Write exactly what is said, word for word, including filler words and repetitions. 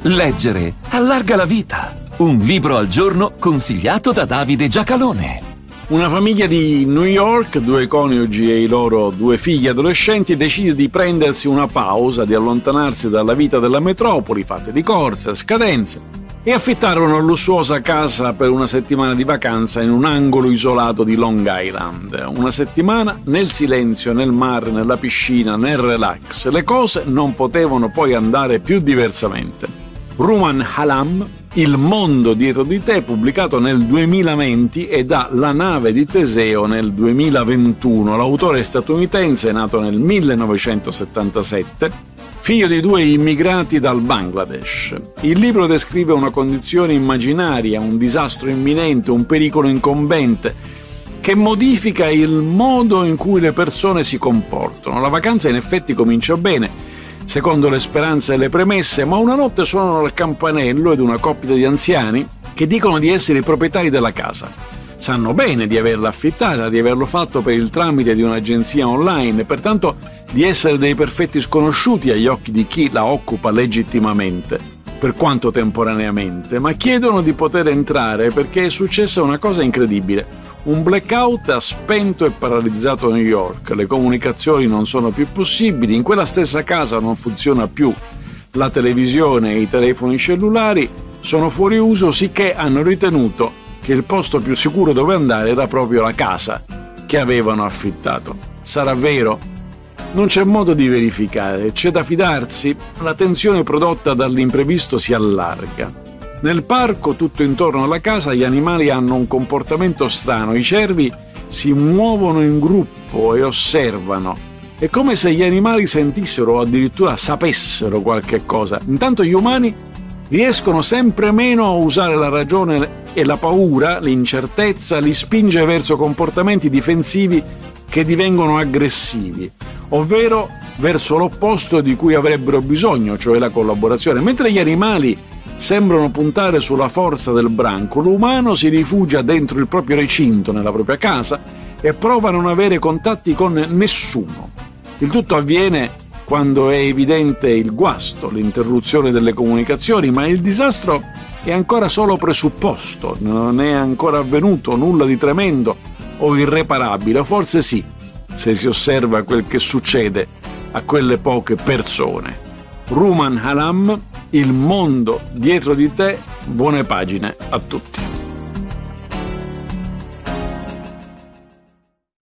Leggere allarga la vita. Un libro al giorno consigliato da Davide Giacalone. Una famiglia di New York, due coniugi e i loro due figli adolescenti, decide di prendersi una pausa, di allontanarsi dalla vita della metropoli, fatte di corse, scadenze, e affittare una lussuosa casa per una settimana di vacanza in un angolo isolato di Long Island. Una settimana nel silenzio, nel mare, nella piscina, nel relax. Le cose non potevano poi andare più diversamente. Rumaan Alam, Il mondo dietro di te, pubblicato nel duemilaventi, e da La nave di Teseo nel duemilaventuno. L'autore è statunitense, nato nel millenovecentosettantasette, figlio di due immigrati dal Bangladesh. Il libro descrive una condizione immaginaria, un disastro imminente, un pericolo incombente, che modifica il modo in cui le persone si comportano. La vacanza in effetti comincia bene, secondo le speranze e le premesse, ma una notte suonano il campanello ed una coppia di anziani che dicono di essere i proprietari della casa. Sanno bene di averla affittata, di averlo fatto per il tramite di un'agenzia online, pertanto di essere dei perfetti sconosciuti agli occhi di chi la occupa legittimamente, per quanto temporaneamente, ma chiedono di poter entrare perché è successa una cosa incredibile. Un blackout ha spento e paralizzato New York, le comunicazioni non sono più possibili, in quella stessa casa non funziona più la televisione e i telefoni cellulari sono fuori uso, sicché hanno ritenuto che il posto più sicuro dove andare era proprio la casa che avevano affittato. Sarà vero? Non c'è modo di verificare, c'è da fidarsi? La tensione prodotta dall'imprevisto si allarga. Nel parco, tutto intorno alla casa, gli animali hanno un comportamento strano. I cervi si muovono in gruppo e osservano. È come se gli animali sentissero o addirittura sapessero qualche cosa. Intanto gli umani riescono sempre meno a usare la ragione e la paura, l'incertezza, li spinge verso comportamenti difensivi che divengono aggressivi, ovvero verso l'opposto di cui avrebbero bisogno, cioè la collaborazione. Mentre gli animali sembrano puntare sulla forza del branco, l'umano si rifugia dentro il proprio recinto, nella propria casa, e prova a non avere contatti con nessuno. Il tutto avviene quando è evidente il guasto, l'interruzione delle comunicazioni, ma il disastro è ancora solo presupposto, non è ancora avvenuto nulla di tremendo o irreparabile, o forse sì, se si osserva quel che succede a quelle poche persone. Rumaan Alam, Il mondo dietro di te, buone pagine a tutti.